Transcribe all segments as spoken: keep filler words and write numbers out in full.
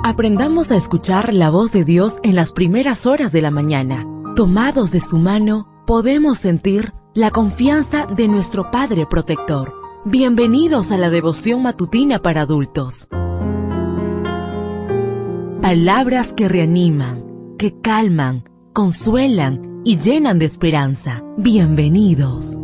Aprendamos a escuchar la voz de Dios en las primeras horas de la mañana. Tomados de su mano, podemos sentir la confianza de nuestro Padre Protector. Bienvenidos a la devoción matutina para adultos. Palabras que reaniman, que calman, consuelan y llenan de esperanza. Bienvenidos.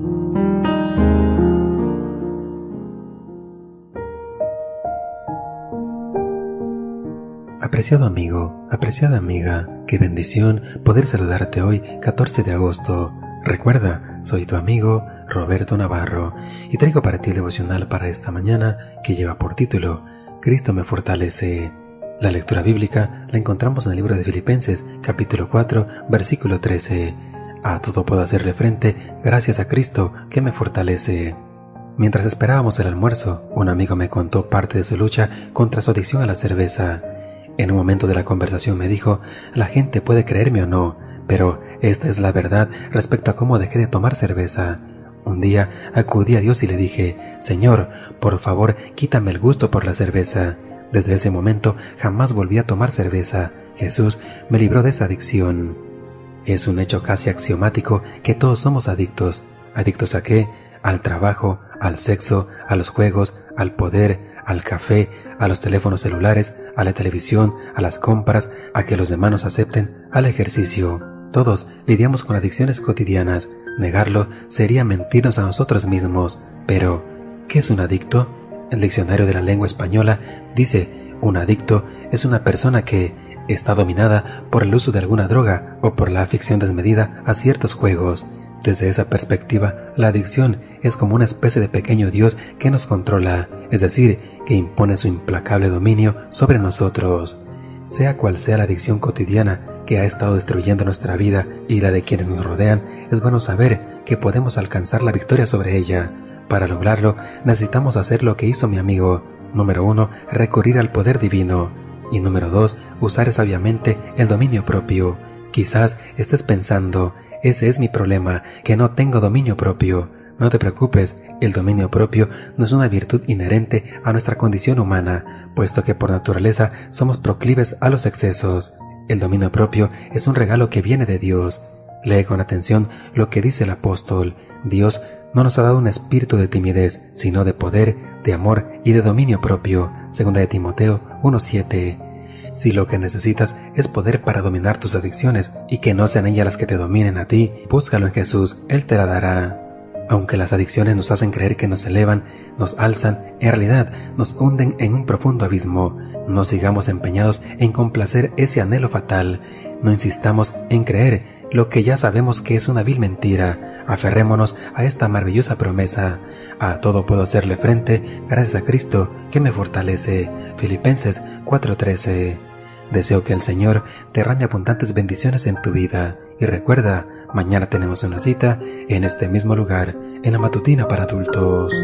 Apreciado amigo, apreciada amiga, qué bendición poder saludarte hoy, catorce de agosto. Recuerda, soy tu amigo Roberto Navarro y traigo para ti el devocional para esta mañana que lleva por título Cristo me fortalece. La lectura bíblica la encontramos en el libro de Filipenses, capítulo cuatro, versículo trece. A todo puedo hacerle frente gracias a Cristo que me fortalece. Mientras esperábamos el almuerzo, un amigo me contó parte de su lucha contra su adicción a la cerveza. En un momento de la conversación me dijo, la gente puede creerme o no, pero esta es la verdad respecto a cómo dejé de tomar cerveza. Un día acudí a Dios y le dije, Señor, por favor, quítame el gusto por la cerveza. Desde ese momento jamás volví a tomar cerveza. Jesús me libró de esa adicción. Es un hecho casi axiomático que todos somos adictos. ¿Adictos a qué? Al trabajo, al sexo, a los juegos, al poder, al café, a los teléfonos celulares, a la televisión, a las compras, a que los demás nos acepten, al ejercicio. Todos lidiamos con adicciones cotidianas. Negarlo sería mentirnos a nosotros mismos. Pero, ¿qué es un adicto? El diccionario de la lengua española dice, un adicto es una persona que está dominada por el uso de alguna droga o por la afición desmedida a ciertos juegos. Desde esa perspectiva, la adicción es como una especie de pequeño Dios que nos controla, es decir, que impone su implacable dominio sobre nosotros. Sea cual sea la adicción cotidiana que ha estado destruyendo nuestra vida y la de quienes nos rodean, es bueno saber que podemos alcanzar la victoria sobre ella. Para lograrlo, necesitamos hacer lo que hizo mi amigo. Número uno, recurrir al poder divino. Y número dos, usar sabiamente el dominio propio. Quizás estés pensando, ese es mi problema, que no tengo dominio propio. No te preocupes, el dominio propio no es una virtud inherente a nuestra condición humana, puesto que por naturaleza somos proclives a los excesos. El dominio propio es un regalo que viene de Dios. Lee con atención lo que dice el apóstol. Dios no nos ha dado un espíritu de timidez, sino de poder, de amor y de dominio propio. Segunda de Timoteo uno siete. Si lo que necesitas es poder para dominar tus adicciones y que no sean ellas las que te dominen a ti, búscalo en Jesús, Él te la dará. Aunque las adicciones nos hacen creer que nos elevan, nos alzan, en realidad nos hunden en un profundo abismo. No sigamos empeñados en complacer ese anhelo fatal. No insistamos en creer lo que ya sabemos que es una vil mentira. Aferrémonos a esta maravillosa promesa. A todo puedo hacerle frente gracias a Cristo que me fortalece. Filipenses cuatro trece. Deseo que el Señor derrame abundantes bendiciones en tu vida. Y recuerda, mañana tenemos una cita en este mismo lugar, en la matutina para adultos.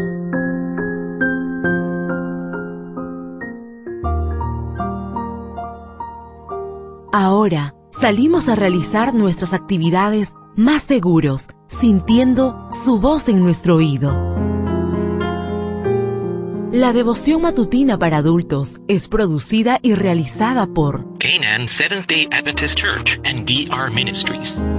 Ahora salimos a realizar nuestras actividades más seguros, sintiendo su voz en nuestro oído. La devoción matutina para adultos es producida y realizada por Canaan Seventh-day Adventist Church and D R Ministries.